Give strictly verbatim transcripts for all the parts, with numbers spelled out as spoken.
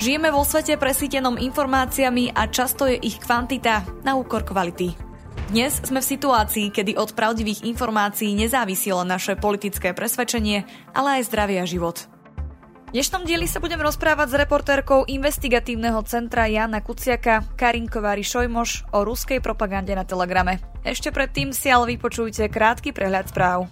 Žijeme vo svete presýtenom informáciami a často je ich kvantita na úkor kvality. Dnes sme v situácii, kedy od pravdivých informácií nezávisí len naše politické presvedčenie, ale aj zdravie a život. V dnešnom dieli sa budem rozprávať s reportérkou investigatívneho centra Jána Kuciaka Karin Kovári-Šojmoš o ruskej propagande na Telegrame. Ešte predtým si ale vypočujte krátky prehľad správ.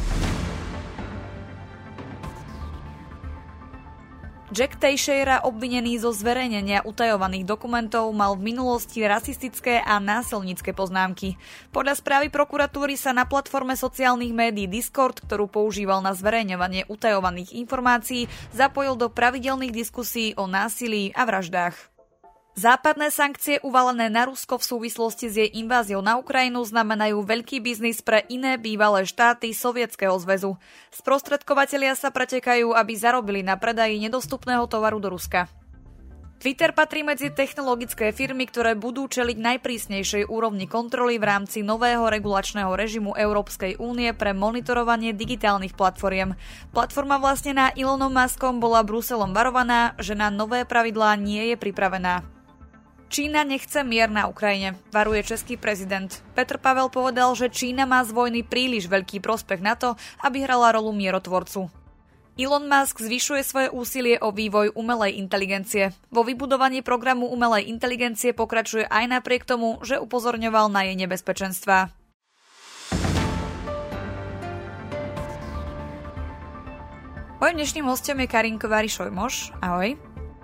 Jack Teixeira, obvinený zo zverejnenia utajovaných dokumentov, mal v minulosti rasistické a násilnícke poznámky. Podľa správy prokuratúry sa na platforme sociálnych médií Discord, ktorú používal na zverejňovanie utajovaných informácií, zapojil do pravidelných diskusí o násilí a vraždách. Západné sankcie uvalené na Rusko v súvislosti s jej inváziou na Ukrajinu znamenajú veľký biznis pre iné bývalé štáty Sovietskeho zväzu. Sprostredkovatelia sa pretekajú, aby zarobili na predaji nedostupného tovaru do Ruska. Twitter patrí medzi technologické firmy, ktoré budú čeliť najprísnejšej úrovni kontroly v rámci nového regulačného režimu Európskej únie pre monitorovanie digitálnych platform. Platforma vlastnená Elonom Muskom bola Bruselom varovaná, že na nové pravidlá nie je pripravená. Čína nechce mier na Ukrajine, varuje český prezident. Petr Pavel povedal, že Čína má z vojny príliš veľký prospech na to, aby hrala rolu mierotvorcu. Elon Musk zvyšuje svoje úsilie o vývoj umelej inteligencie. Vo vybudovaní programu umelej inteligencie pokračuje aj napriek tomu, že upozorňoval na jej nebezpečenstvá. Mojím dnešným hostom je Karin Kovári-Šojmoš. Ahoj.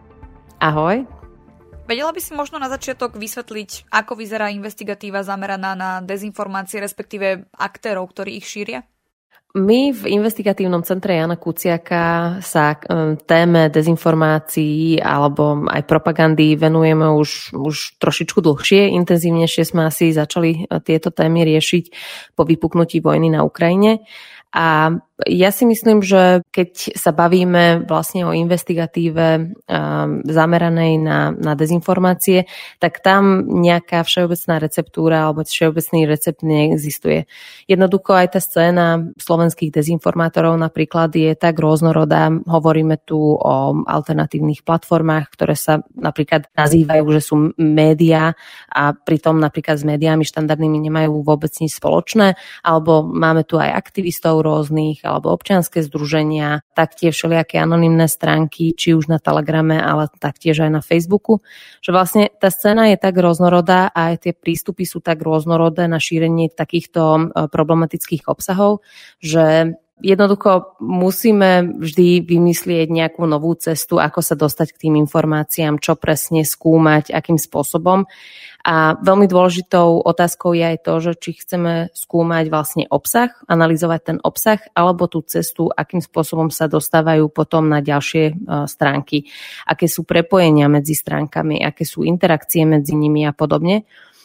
Ahoj. Vedela by si možno na začiatok vysvetliť, ako vyzerá investigatíva zameraná na dezinformácie, respektíve aktérov, ktorí ich šíria? My v investigatívnom centre Jána Kuciaka sa téme dezinformácií alebo aj propagandy venujeme už, už trošičku dlhšie. Intenzívnejšie sme asi začali tieto témy riešiť po vypuknutí vojny na Ukrajine. A ja si myslím, že keď sa bavíme vlastne o investigatíve zameranej na, na dezinformácie, tak tam nejaká všeobecná receptúra alebo všeobecný recept neexistuje. Jednoducho aj tá scéna slovenských dezinformátorov napríklad je tak rôznorodá. Hovoríme tu o alternatívnych platformách, ktoré sa napríklad nazývajú, že sú médiá a pritom napríklad s médiami štandardnými nemajú vôbec nič spoločné. Alebo máme tu aj aktivistov rôznych alebo občianske združenia, taktiež všelijaké anonymné stránky, či už na Telegrame, ale taktiež aj na Facebooku. Že vlastne tá scéna je tak rôznorodá a aj tie prístupy sú tak rôznorodé na šírenie takýchto problematických obsahov, že jednoducho musíme vždy vymyslieť nejakú novú cestu, ako sa dostať k tým informáciám, čo presne skúmať, akým spôsobom. A veľmi dôležitou otázkou je aj to, že či chceme skúmať vlastne obsah, analyzovať ten obsah, alebo tú cestu, akým spôsobom sa dostávajú potom na ďalšie stránky, aké sú prepojenia medzi stránkami, aké sú interakcie medzi nimi a podobne.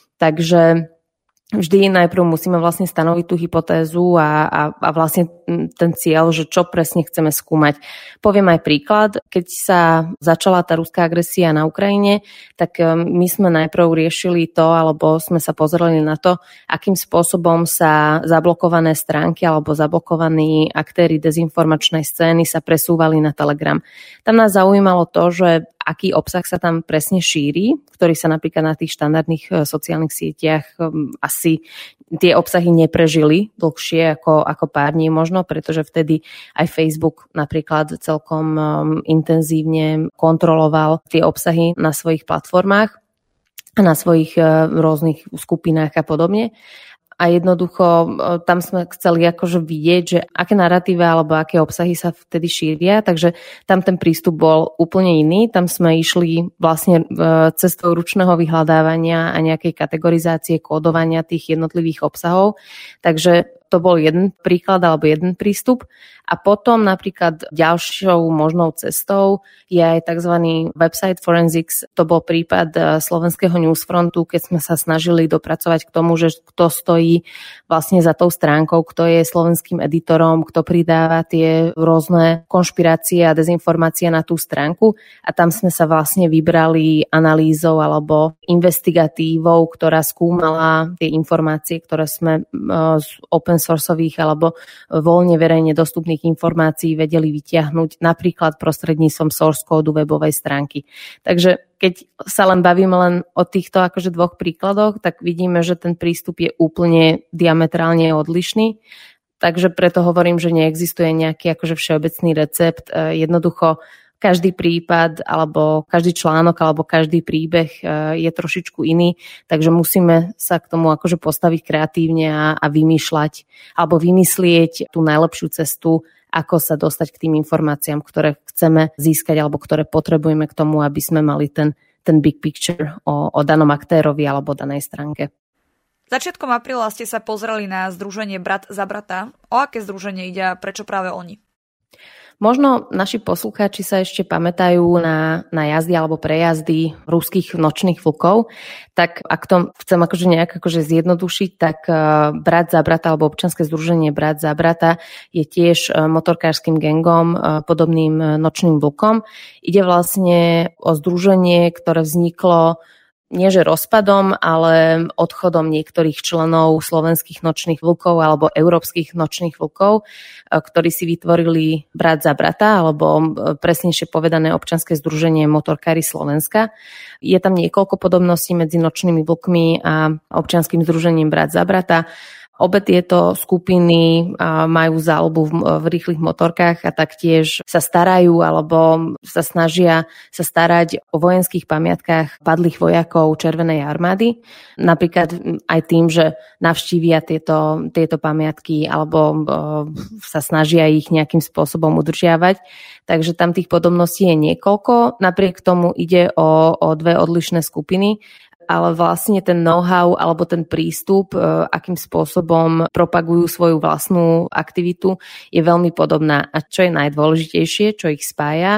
Takže vždy najprv musíme vlastne stanoviť tú hypotézu a, a, a vlastne ten cieľ, že čo presne chceme skúmať. Poviem aj príklad. Keď sa začala tá ruská agresia na Ukrajine, tak my sme najprv riešili to, alebo sme sa pozreli na to, akým spôsobom sa zablokované stránky alebo zablokovaní aktéri dezinformačnej scény sa presúvali na Telegram. Tam nás zaujímalo to, že aký obsah sa tam presne šíri, ktorý sa napríklad na tých štandardných sociálnych sieťach asi tie obsahy neprežili dlhšie ako, ako pár dní možno, pretože vtedy aj Facebook napríklad celkom intenzívne kontroloval tie obsahy na svojich platformách a na svojich rôznych skupinách a podobne. A jednoducho tam sme chceli akože vidieť, že aké naratíva alebo aké obsahy sa vtedy šíria, takže tam ten prístup bol úplne iný. Tam sme išli vlastne cestou ručného vyhľadávania a nejakej kategorizácie, kódovania tých jednotlivých obsahov. Takže to bol jeden príklad alebo jeden prístup. A potom napríklad ďalšou možnou cestou je aj tzv. Website forensics. To bol prípad slovenského Newsfrontu, keď sme sa snažili dopracovať k tomu, že kto stojí vlastne za tou stránkou, kto je slovenským editorom, kto pridáva tie rôzne konšpirácie a dezinformácie na tú stránku. A tam sme sa vlastne vybrali analýzou alebo investigatívou, ktorá skúmala tie informácie, ktoré sme z open sourceových alebo voľne verejne dostupných informácií vedeli vytiahnuť napríklad prostredníctvom source kódu webovej stránky. Takže keď sa len bavíme len o týchto akože dvoch príkladoch, tak vidíme, že ten prístup je úplne diametrálne odlišný. Takže preto hovorím, že neexistuje nejaký akože všeobecný recept. Jednoducho každý prípad, alebo každý článok, alebo každý príbeh je trošičku iný, takže musíme sa k tomu akože postaviť kreatívne a, a vymýšľať, alebo vymyslieť tú najlepšiu cestu, ako sa dostať k tým informáciám, ktoré chceme získať, alebo ktoré potrebujeme k tomu, aby sme mali ten, ten big picture o, o danom aktérovi alebo danej stránke. Začiatkom apríla ste sa pozreli na združenie Brat za brata. O aké združenie ide a prečo práve oni? Možno naši poslucháči sa ešte pamätajú na, na jazdy alebo prejazdy ruských nočných vlkov, tak ak to chcem akože nejak akože zjednodušiť, tak uh, Brat za brata alebo občianske združenie Brat za brata je tiež uh, motorkárskym gangom uh, podobným uh, nočným vlkom. Ide vlastne o združenie, ktoré vzniklo nie že rozpadom, ale odchodom niektorých členov slovenských nočných vlkov alebo európskych nočných vlkov, ktorí si vytvorili Brat za brata, alebo presnejšie povedané občianske združenie Motorkári Slovenska. Je tam niekoľko podobností medzi nočnými vlkmi a občianskym združením Brat za brata. Obe tieto skupiny majú záľubu v, v rýchlych motorkách a taktiež sa starajú alebo sa snažia sa starať o vojenských pamiatkách padlých vojakov Červenej armády. Napríklad aj tým, že navštívia tieto, tieto pamiatky alebo sa snažia ich nejakým spôsobom udržiavať. Takže tam tých podobností je niekoľko. Napriek tomu ide o, o dve odlišné skupiny, ale vlastne ten know-how alebo ten prístup, akým spôsobom propagujú svoju vlastnú aktivitu, je veľmi podobná. A čo je najdôležitejšie, čo ich spája,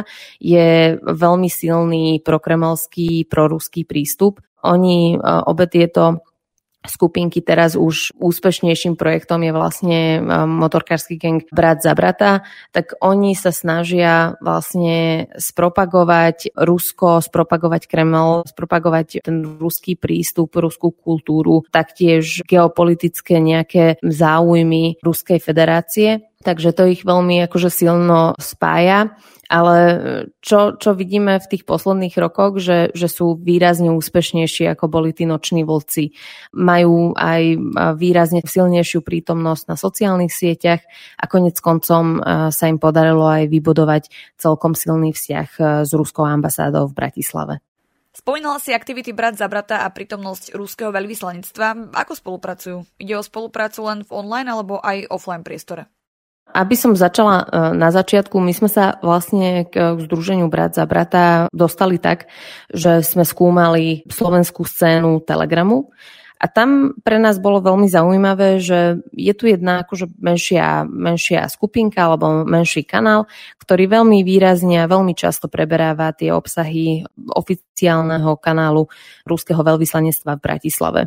je veľmi silný prokremelský, proruský prístup. Oni obe tieto skupinky teraz už úspešnejším projektom je vlastne motorkársky gang Brat za brata, tak oni sa snažia vlastne spropagovať Rusko, spropagovať Kreml, spropagovať ten ruský prístup, ruskú kultúru, taktiež geopolitické nejaké záujmy Ruskej federácie. Takže to ich veľmi akože silno spája. Ale čo, čo vidíme v tých posledných rokoch, že, že sú výrazne úspešnejší, ako boli tí noční vlci. Majú aj výrazne silnejšiu prítomnosť na sociálnych sieťach a konec koncom sa im podarilo aj vybudovať celkom silný vzťah s ruskou ambasádou v Bratislave. Spomínala si aktivity Brat za brata a prítomnosť ruského veľvyslanectva. Ako spolupracujú? Ide o spoluprácu len v online alebo aj offline priestore? Aby som začala na začiatku, my sme sa vlastne k združeniu Brat za brata dostali tak, že sme skúmali slovenskú scénu Telegramu a tam pre nás bolo veľmi zaujímavé, že je tu jedna akože menšia, menšia skupinka alebo menší kanál, ktorý veľmi výrazne a veľmi často preberáva tie obsahy oficiálneho kanálu ruského veľvyslanectva v Bratislave.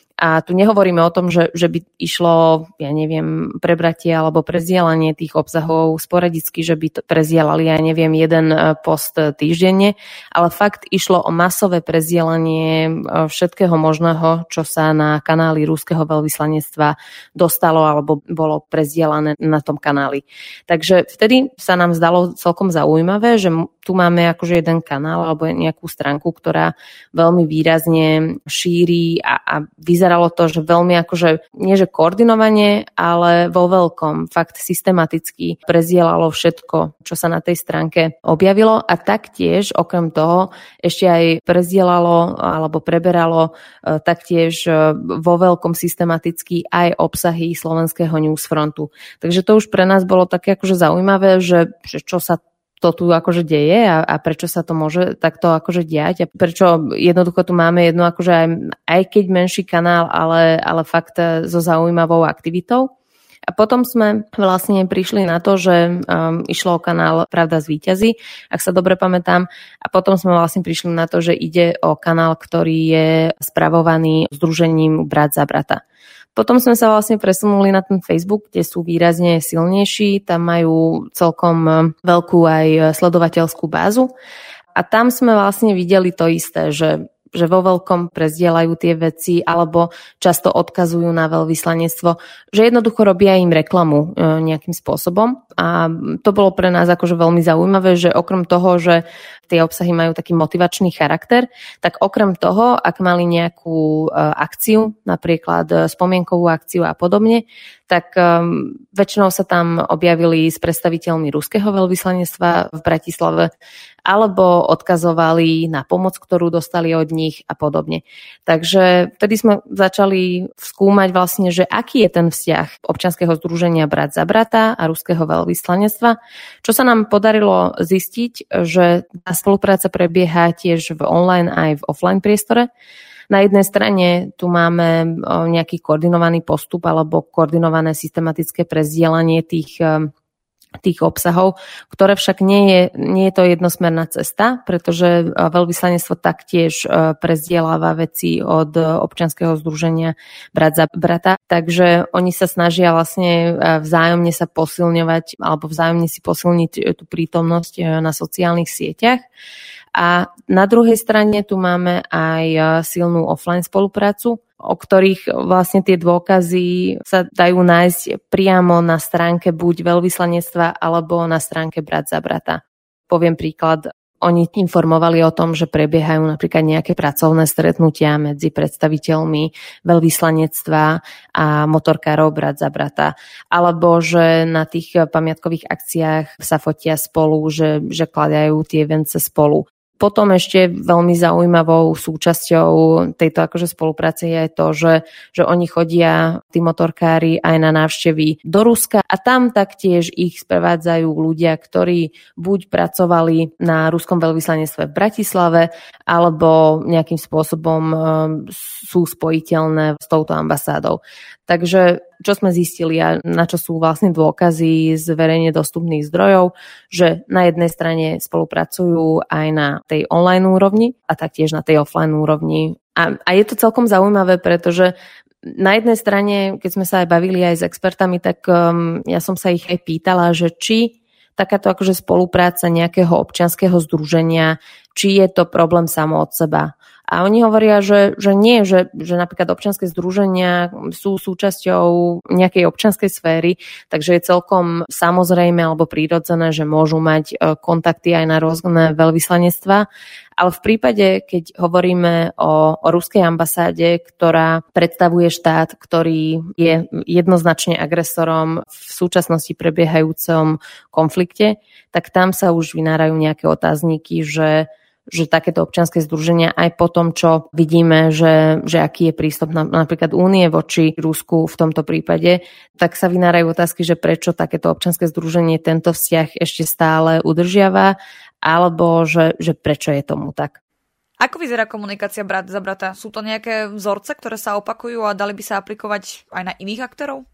A tu nehovoríme o tom, že, že by išlo, ja neviem, prebratie alebo prezdielanie tých obsahov sporadicky, že by to prezdielali, ja neviem, jeden post týždenne, ale fakt išlo o masové prezdielanie všetkého možného, čo sa na kanáli ruského veľvyslanectva dostalo alebo bolo prezdielané na tom kanáli. Takže vtedy sa nám zdalo celkom zaujímavé, že tu máme akože jeden kanál alebo nejakú stránku, ktorá veľmi výrazne šíri a, a vyzeralo to, že veľmi akože, nie že koordinovane, ale vo veľkom, fakt systematicky prezdielalo všetko, čo sa na tej stránke objavilo a taktiež okrem toho ešte aj prezdielalo alebo preberalo e, taktiež e, vo veľkom systematicky aj obsahy slovenského newsfrontu. Takže to už pre nás bolo také akože zaujímavé, že, že čo sa to tu akože deje a, a prečo sa to môže takto akože diať a prečo jednoducho tu máme jednu akože aj, aj keď menší kanál, ale, ale fakt so zaujímavou aktivitou. A potom sme vlastne prišli na to, že um, išlo o kanál Pravda zvíťazí, ak sa dobre pamätám. A potom sme vlastne prišli na to, že ide o kanál, ktorý je spravovaný združením Brat za brata. Potom sme sa vlastne presunuli na ten Facebook, kde sú výrazne silnejší, tam majú celkom veľkú aj sledovateľskú bázu a tam sme vlastne videli to isté, že že vo veľkom prezdielajú tie veci alebo často odkazujú na veľvyslanectvo, že jednoducho robia im reklamu nejakým spôsobom. A to bolo pre nás akože veľmi zaujímavé, že okrem toho, že tie obsahy majú taký motivačný charakter, tak okrem toho, ak mali nejakú akciu, napríklad spomienkovú akciu a podobne, tak um, väčšinou sa tam objavili s predstaviteľmi ruského veľvyslanectva v Bratislave alebo odkazovali na pomoc, ktorú dostali od nich a podobne. Takže vtedy sme začali skúmať vlastne, že aký je ten vzťah občianskeho združenia Brat za brata a ruského veľvyslanectva. Čo sa nám podarilo zistiť, že tá spolupráca prebieha tiež v online aj v offline priestore. Na jednej strane tu máme nejaký koordinovaný postup alebo koordinované systematické prezdielanie tých, tých obsahov, ktoré však nie je, nie je to jednosmerná cesta, pretože veľvyslanectvo taktiež prezdieláva veci od občianskeho združenia Brat za brata, takže oni sa snažia vlastne vzájomne sa posilňovať alebo vzájomne si posilniť tú prítomnosť na sociálnych sieťach. A na druhej strane tu máme aj silnú offline spoluprácu, o ktorých vlastne tie dôkazy sa dajú nájsť priamo na stránke buď veľvyslanectva alebo na stránke Brat za brata. Poviem príklad. Oni informovali o tom, že prebiehajú napríklad nejaké pracovné stretnutia medzi predstaviteľmi veľvyslanectva a motorkárov Brat za brata. Alebo že na tých pamiatkových akciách sa fotia spolu, že, že kladajú tie vence spolu. Potom ešte veľmi zaujímavou súčasťou tejto akože spolupráce je aj to, že, že oni chodia, tí motorkári, aj na návštevy do Ruska a tam taktiež ich sprevádzajú ľudia, ktorí buď pracovali na ruskom veľvyslanectve v Bratislave, alebo nejakým spôsobom sú spojiteľné s touto ambasádou. Takže čo sme zistili a na čo sú vlastne dôkazy z verejne dostupných zdrojov, že na jednej strane spolupracujú aj na tej online úrovni a taktiež na tej offline úrovni. A, a je to celkom zaujímavé, pretože na jednej strane, keď sme sa aj bavili aj s expertami, tak um, ja som sa ich aj pýtala, že či takáto akože spolupráca nejakého občianskeho združenia, či je to problém samo od seba. A oni hovoria, že, že nie, že, že napríklad občianske združenia sú súčasťou nejakej občianskej sféry, takže je celkom samozrejme alebo prírodzené, že môžu mať kontakty aj na rôzne veľvyslanectvá. Ale v prípade, keď hovoríme o, o ruskej ambasáde, ktorá predstavuje štát, ktorý je jednoznačne agresorom v súčasnosti prebiehajúcom konflikte, tak tam sa už vynárajú nejaké otázniky, že že takéto občianske združenia aj po tom, čo vidíme, že, že aký je prístup na, napríklad Únie voči Rusku v tomto prípade, tak sa vynárajú otázky, že prečo takéto občianske združenie tento vzťah ešte stále udržiava, alebo že, že prečo je tomu tak. Ako vyzerá komunikácia Brat za brata? Sú to nejaké vzorce, ktoré sa opakujú a dali by sa aplikovať aj na iných aktérov?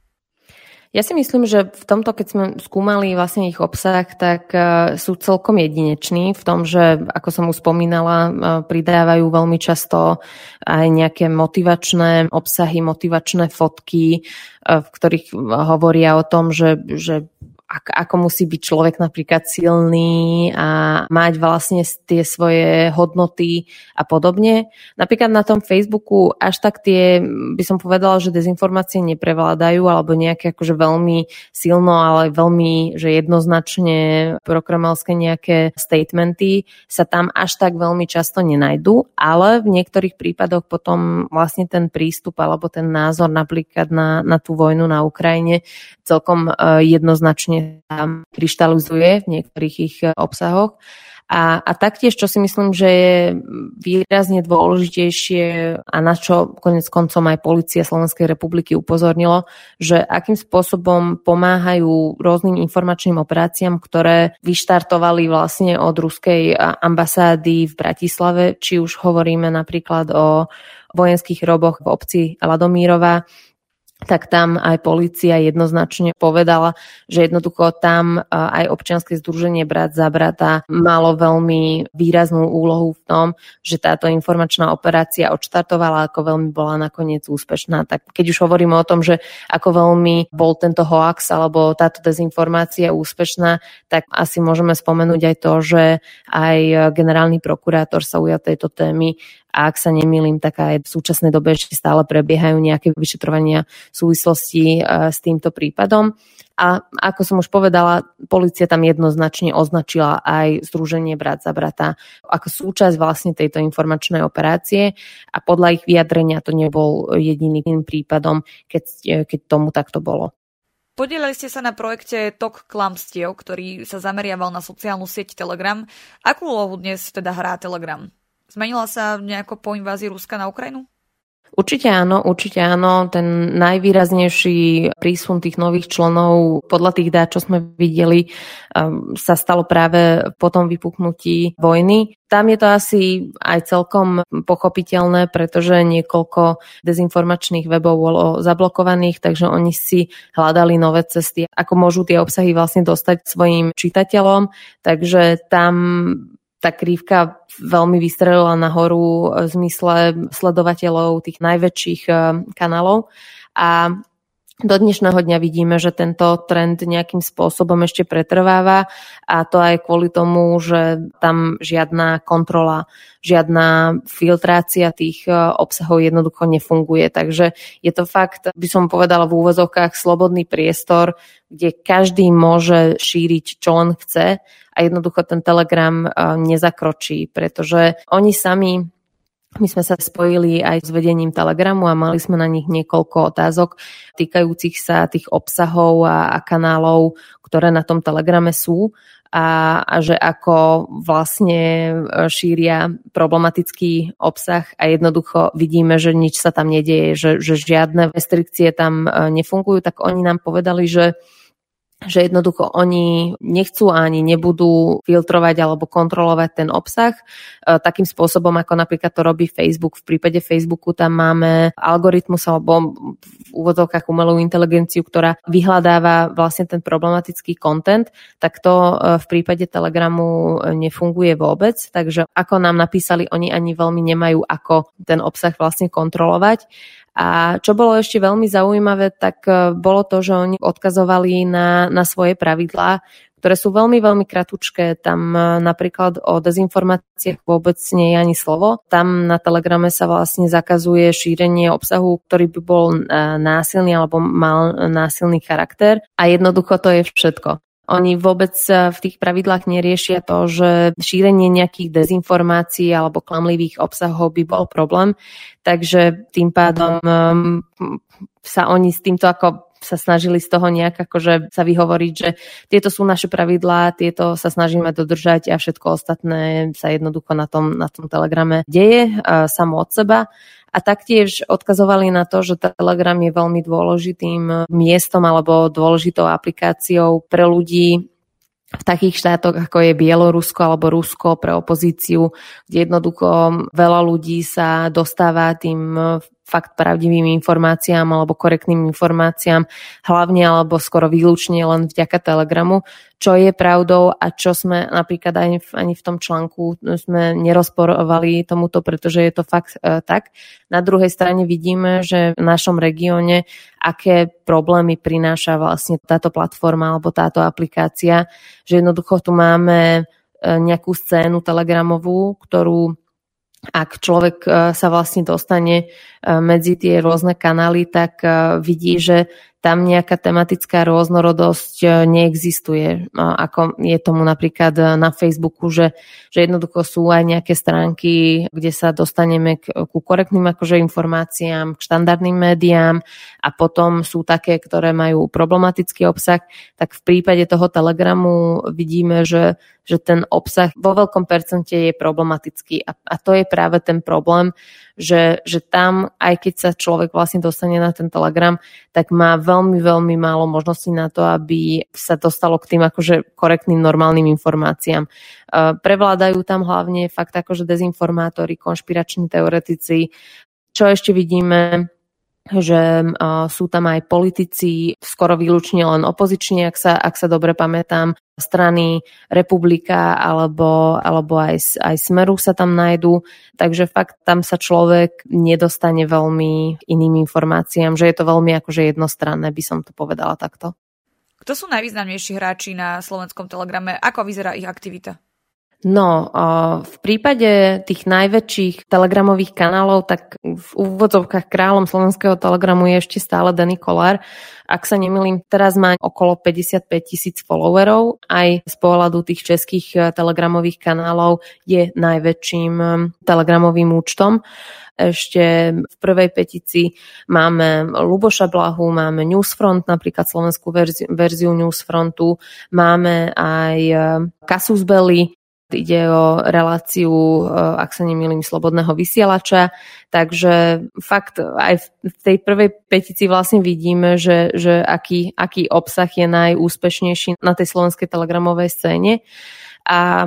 Ja si myslím, že v tomto, keď sme skúmali vlastne ich obsah, tak sú celkom jedineční v tom, že, ako som už spomínala, pridávajú veľmi často aj nejaké motivačné obsahy, motivačné fotky, v ktorých hovoria o tom, že, že ako musí byť človek napríklad silný a mať vlastne tie svoje hodnoty a podobne. Napríklad na tom Facebooku až tak tie, by som povedala, že dezinformácie neprevládajú alebo nejaké akože veľmi silno, ale veľmi, že jednoznačne prokremelské nejaké statementy sa tam až tak veľmi často nenajdu, ale v niektorých prípadoch potom vlastne ten prístup alebo ten názor napríklad na, na tú vojnu na Ukrajine celkom jednoznačne kryštalizuje v niektorých ich obsahoch. A, a taktiež, čo si myslím, že je výrazne dôležitejšie a na čo konec koncom aj polícia Slovenskej republiky upozornilo, že akým spôsobom pomáhajú rôznym informačným operáciám, ktoré vyštartovali vlastne od ruskej ambasády v Bratislave, či už hovoríme napríklad o vojenských roboch v obci Ladomírova, tak tam aj polícia jednoznačne povedala, že jednoducho tam aj občianske združenie Brat za brata malo veľmi výraznú úlohu v tom, že táto informačná operácia odštartovala, ako veľmi bola nakoniec úspešná. Tak keď už hovoríme o tom, že ako veľmi bol tento hoax alebo táto dezinformácia úspešná, tak asi môžeme spomenúť aj to, že aj generálny prokurátor sa ujal tejto témy a ak sa nemýlim, tak aj v súčasnej dobe ešte stále prebiehajú nejaké vyšetrovania v súvislosti s týmto prípadom. A ako som už povedala, polícia tam jednoznačne označila aj Združenie Brat za brata ako súčasť vlastne tejto informačnej operácie a podľa ich vyjadrenia to nebol jediným prípadom, keď, keď tomu takto bolo. Podielali ste sa na projekte Tok klamstiev, ktorý sa zameriaval na sociálnu sieť Telegram. Akú úlohu dnes teda hrá Telegram? Zmenila sa nejako po invázii Ruska na Ukrajinu? Určite áno, určite áno. Ten najvýraznejší prísun tých nových členov podľa tých dát, čo sme videli, sa stalo práve po tom vypuknutí vojny. Tam je to asi aj celkom pochopiteľné, pretože niekoľko dezinformačných webov bolo zablokovaných, takže oni si hľadali nové cesty, ako môžu tie obsahy vlastne dostať svojim čitateľom. Takže tam tá krivka veľmi vystrelila nahoru v zmysle sledovateľov tých najväčších kanálov a do dnešného dňa vidíme, že tento trend nejakým spôsobom ešte pretrváva a to aj kvôli tomu, že tam žiadna kontrola, žiadna filtrácia tých obsahov jednoducho nefunguje. Takže je to fakt, by som povedala v úvozovkách, slobodný priestor, kde každý môže šíriť, čo len chce a jednoducho ten Telegram nezakročí, pretože oni sami. My sme sa spojili aj s vedením Telegramu a mali sme na nich niekoľko otázok týkajúcich sa tých obsahov a, a kanálov, ktoré na tom Telegrame sú a, a že ako vlastne šíria problematický obsah a jednoducho vidíme, že nič sa tam nedieje, že, že žiadne restrikcie tam nefungujú, tak oni nám povedali, že že jednoducho oni nechcú ani nebudú filtrovať alebo kontrolovať ten obsah takým spôsobom, ako napríklad to robí Facebook. V prípade Facebooku tam máme algoritmus alebo v úvodzovkách umelú inteligenciu, ktorá vyhľadáva vlastne ten problematický content, tak to v prípade Telegramu nefunguje vôbec. Takže ako nám napísali, oni ani veľmi nemajú ako ten obsah vlastne kontrolovať. A čo bolo ešte veľmi zaujímavé, tak bolo to, že oni odkazovali na, na svoje pravidlá, ktoré sú veľmi, veľmi kratučké. Tam napríklad o dezinformáciách vôbec nie je ani slovo. Tam na Telegrame sa vlastne zakazuje šírenie obsahu, ktorý by bol násilný alebo mal násilný charakter. A jednoducho to je všetko. Oni vôbec v tých pravidlách neriešia to, že šírenie nejakých dezinformácií alebo klamlivých obsahov by bol problém. Takže tým pádom um, sa oni s týmto ako sa snažili z toho nejak akože sa vyhovoriť, že tieto sú naše pravidlá, tieto sa snažíme dodržať a všetko ostatné sa jednoducho na tom, na tom Telegrame deje uh, samo od seba. A taktiež odkazovali na to, že Telegram je veľmi dôležitým miestom alebo dôležitou aplikáciou pre ľudí v takých štátoch, ako je Bielorusko alebo Rusko pre opozíciu, kde jednoducho veľa ľudí sa dostáva tým fakt pravdivým informáciám alebo korektným informáciám, hlavne alebo skoro výlučne len vďaka Telegramu, čo je pravdou a čo sme napríklad ani v, ani v tom článku sme nerozporovali tomuto, pretože je to fakt e, tak. Na druhej strane vidíme, že v našom regióne aké problémy prináša vlastne táto platforma alebo táto aplikácia, že jednoducho tu máme e, nejakú scénu telegramovú, ktorú ak človek sa vlastne dostane medzi tie rôzne kanály, tak vidí, že tam nejaká tematická rôznorodosť neexistuje. Ako je tomu napríklad na Facebooku, že, že jednoducho sú aj nejaké stránky, kde sa dostaneme k, ku korektným akože informáciám, k štandardným médiám a potom sú také, ktoré majú problematický obsah. Tak v prípade toho Telegramu vidíme, že, že ten obsah vo veľkom percente je problematický a, a to je práve ten problém, že, že tam, aj keď sa človek vlastne dostane na ten Telegram, tak má veľmi, veľmi málo možností na to, aby sa dostalo k tým akože korektným, normálnym informáciám. Uh, prevládajú tam hlavne fakt akože dezinformátori, konšpirační teoretici. Čo ešte vidíme, že uh, sú tam aj politici, skoro výlučne len opoziční, ak sa, ak sa dobre pamätám, strany Republika alebo, alebo aj, aj Smeru sa tam nájdú, takže fakt tam sa človek nedostane veľmi iným informáciám, že je to veľmi akože jednostranné, by som to povedala takto. Kto sú najvýznamnejší hráči na slovenskom Telegrame? Ako vyzerá ich aktivita? No, v prípade tých najväčších telegramových kanálov, tak v úvodzovkách kráľom slovenského telegramu je ešte stále Danny Kollár. Ak sa nemýlim, teraz má okolo päťdesiatpäť tisíc followerov. Aj z pohľadu tých českých telegramových kanálov je najväčším telegramovým účtom. Ešte v prvej petici máme Luboša Blahu, máme Newsfront, napríklad slovenskú verziu, verziu Newsfrontu, máme aj Casus Belli, ide o reláciu, ak sa nemýlim, slobodného vysielača. Takže fakt aj v tej prvej petícii vlastne vidíme, že, že aký, aký obsah je najúspešnejší na tej slovenskej telegramovej scéne. A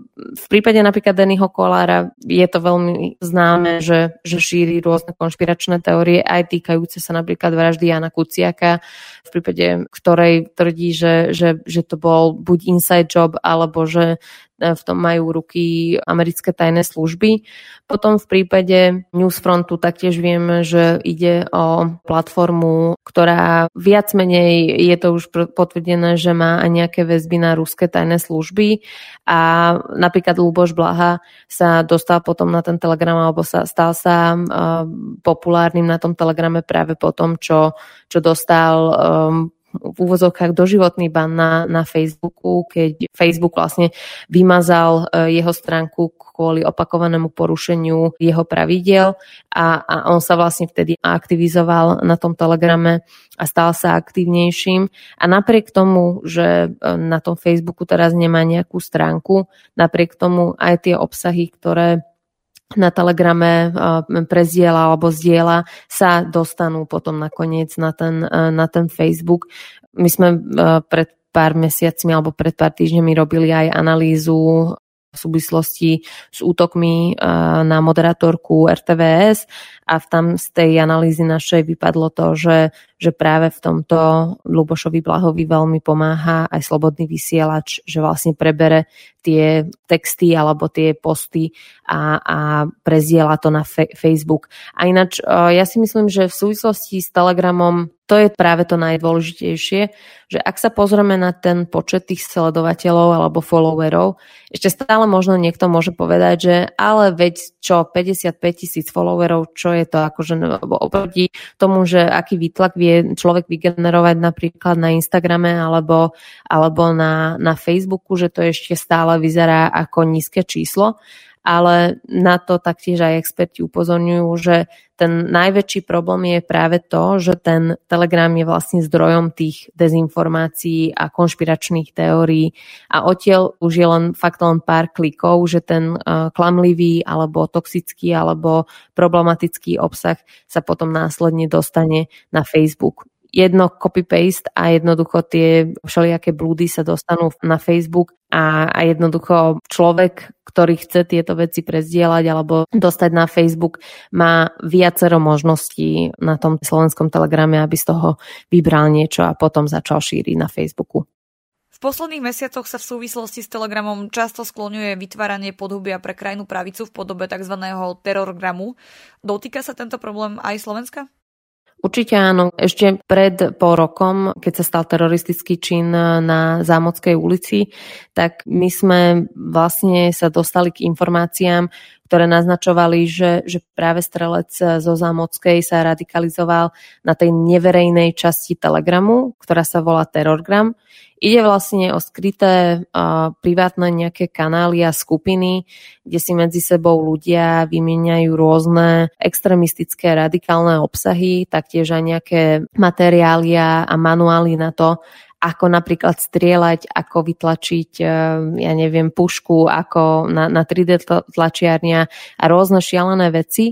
v prípade napríklad Dannyho Kollára je to veľmi známe, že, že šíri rôzne konšpiračné teórie, aj týkajúce sa napríklad vraždy Jána Kuciaka, v prípade ktorej tvrdí, že, že, že to bol buď inside job, alebo že v tom majú ruky americké tajné služby. Potom v prípade Newsfrontu taktiež vieme, že ide o platformu, ktorá viac menej je to už potvrdené, že má aj nejaké väzby na ruské tajné služby a napríklad Luboš Blaha sa dostal potom na ten Telegram alebo sa stal sa uh, populárnym na tom Telegrame práve po tom, čo, čo dostal um, v úvozovkách doživotný ban na, na Facebooku, keď Facebook vlastne vymazal jeho stránku kvôli opakovanému porušeniu jeho pravidiel a, a on sa vlastne vtedy aktivizoval na tom Telegrame a stal sa aktívnejším. A napriek tomu, že na tom Facebooku teraz nemá nejakú stránku, napriek tomu aj tie obsahy, ktoré na Telegrame prezdiela alebo zdieľa, sa dostanú potom nakoniec na ten, na ten Facebook. My sme pred pár mesiacmi alebo pred pár týždňami robili aj analýzu v súvislosti s útokmi na moderátorku er té vé es a tam z tej analýzy našej vypadlo to, že, že práve v tomto Lubošovi Blahovi veľmi pomáha aj slobodný vysielač, že vlastne prebere tie texty alebo tie posty a, a prezdiela to na fe- Facebook. A ináč ja si myslím, že v súvislosti s Telegramom to je práve to najdôležitejšie, že ak sa pozrieme na ten počet tých sledovateľov alebo followerov, ešte stále možno niekto môže povedať, že ale veď čo, päťdesiatpäť tisíc followerov, čo je to akože oproti tomu, že aký výtlak vie človek vygenerovať napríklad na Instagrame alebo, alebo na, na Facebooku, že to ešte stále vyzerá ako nízke číslo. Ale na to taktiež aj experti upozorňujú, že ten najväčší problém je práve to, že ten Telegram je vlastne zdrojom tých dezinformácií a konšpiračných teórií a odtiaľ už je len fakt len pár klikov, že ten uh, klamlivý alebo toxický alebo problematický obsah sa potom následne dostane na Facebook. Jedno copy-paste a jednoducho tie všelijaké blúdy sa dostanú na Facebook a, a jednoducho človek, ktorý chce tieto veci prezdieľať alebo dostať na Facebook, má viacero možností na tom slovenskom Telegrame, aby z toho vybral niečo a potom začal šíriť na Facebooku. V posledných mesiacoch sa v súvislosti s Telegramom často skloňuje vytváranie podhubia pre krajnú pravicu v podobe tzv. Terorgramu. Dotýka sa tento problém aj Slovenska? Určite áno. Ešte pred pol rokom, keď sa stal teroristický čin na Zámockej ulici, tak my sme vlastne sa dostali k informáciám, ktoré naznačovali, že, že práve strelec zo Zámockej sa radikalizoval na tej neverejnej časti Telegramu, ktorá sa volá Terorgram. Ide vlastne o skryté uh, privátne nejaké kanály a skupiny, kde si medzi sebou ľudia vymieňajú rôzne extrémistické radikálne obsahy, taktiež aj nejaké materiália a manuály na to, ako napríklad strieľať, ako vytlačiť, ja neviem, pušku, ako na, na tri dé tlačiarnia a rôzne šialené veci.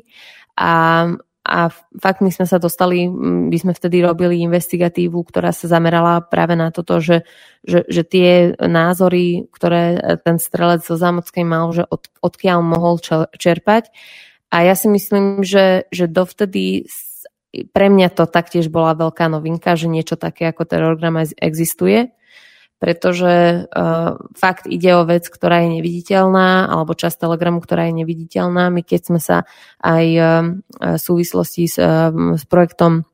A A fakt my sme sa dostali, my sme vtedy robili investigatívu, ktorá sa zamerala práve na toto, že, že, že tie názory, ktoré ten strelec zo Zámockej mal, že od, odkiaľ mohol čerpať. A ja si myslím, že, že dovtedy pre mňa to taktiež bola veľká novinka, že niečo také ako Terorgram existuje. Pretože uh, fakt ide o vec, ktorá je neviditeľná, alebo časť Telegramu, ktorá je neviditeľná. My keď sme sa aj uh, v súvislosti s, uh, s projektom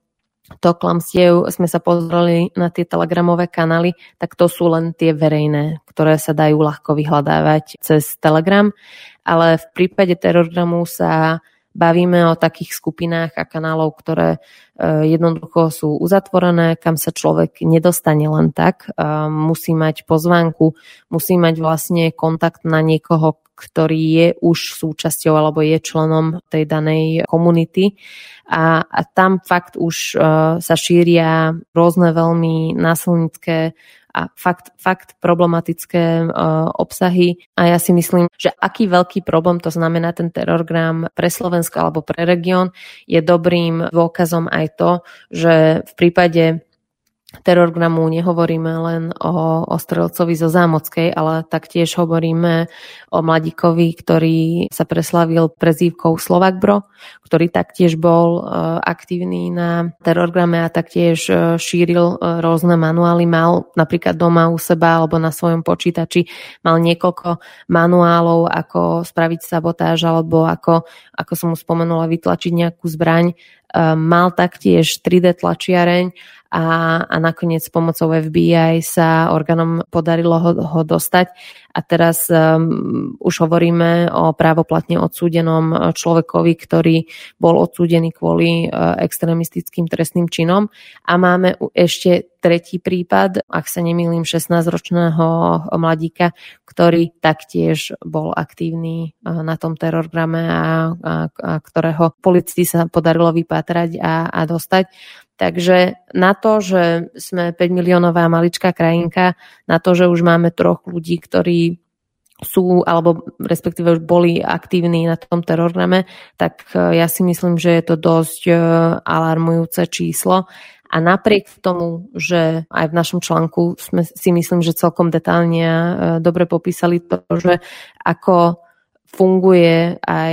to klamstiev sme sa pozreli na tie telegramové kanály, tak to sú len tie verejné, ktoré sa dajú ľahko vyhľadávať cez Telegram. Ale v prípade terorgramu sa bavíme o takých skupinách a kanálov, ktoré jednoducho sú uzatvorené, kam sa človek nedostane len tak. Musí mať pozvánku, musí mať vlastne kontakt na niekoho, ktorý je už súčasťou alebo je členom tej danej komunity. A, a tam fakt už uh, sa šíria rôzne veľmi násilnické a fakt, fakt problematické uh, obsahy. A ja si myslím, že aký veľký problém to znamená ten terorgram pre Slovensko alebo pre región, je dobrým dôkazom aj to, že v prípade terorgramu nehovoríme len o, o strelcovi zo Zámockej, ale taktiež hovoríme o mladíkovi, ktorý sa preslavil prezývkou Slovak Bro, ktorý taktiež bol uh, aktívny na terorgrame a taktiež uh, šíril uh, rôzne manuály. Mal napríklad doma u seba alebo na svojom počítači mal niekoľko manuálov, ako spraviť sabotáž alebo ako, ako som mu spomenula, vytlačiť nejakú zbraň. Uh, mal taktiež tri dé tlačiareň a, a nakoniec pomocou ef bí aj sa orgánom podarilo ho, ho dostať. A teraz um, už hovoríme o právoplatne odsúdenom človekovi, ktorý bol odsúdený kvôli uh, extrémistickým trestným činom. A máme ešte tretí prípad, ak sa nemýlim, šestnásťročného mladíka, ktorý taktiež bol aktívny uh, na tom terorgrame a, a, a ktorého policii sa podarilo vypátrať a, a dostať. Takže na to, že sme päť miliónová maličká krajinka, na to, že už máme troch ľudí, ktorí sú, alebo respektíve už boli aktívni na tom terorgrame, tak ja si myslím, že je to dosť alarmujúce číslo. A napriek tomu, že aj v našom článku sme si myslím, že celkom detailne dobre popísali to, že ako funguje aj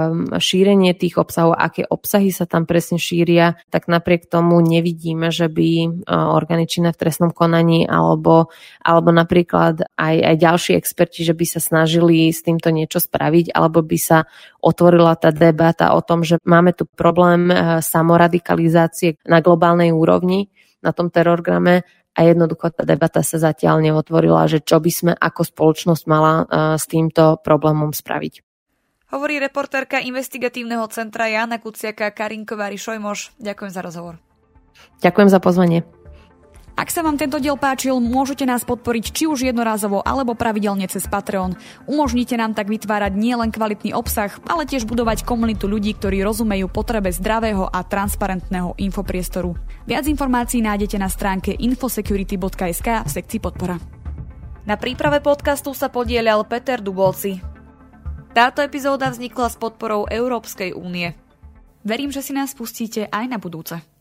šírenie tých obsahov, aké obsahy sa tam presne šíria, tak napriek tomu nevidíme, že by orgány činné v trestnom konaní alebo, alebo napríklad aj, aj ďalší experti, že by sa snažili s týmto niečo spraviť, alebo by sa otvorila tá debata o tom, že máme tu problém samoradikalizácie na globálnej úrovni na tom terorgrame. A jednoducho tá debata sa zatiaľ neotvorila, že čo by sme ako spoločnosť mala uh, s týmto problémom spraviť. Hovorí reportérka investigatívneho centra Jána Kuciaka Karinka Vári-Šojmoš. Ďakujem za rozhovor. Ďakujem za pozvanie. Ak sa vám tento diel páčil, môžete nás podporiť či už jednorázovo alebo pravidelne cez Patreon. Umožnite nám tak vytvárať nielen kvalitný obsah, ale tiež budovať komunitu ľudí, ktorí rozumejú potrebe zdravého a transparentného infopriestoru. Viac informácií nájdete na stránke infosecurity bodka es ká v sekcii podpora. Na príprave podcastu sa podieľal Peter Dubolci. Táto epizóda vznikla s podporou Európskej únie. Verím, že si nás pustíte aj na budúce.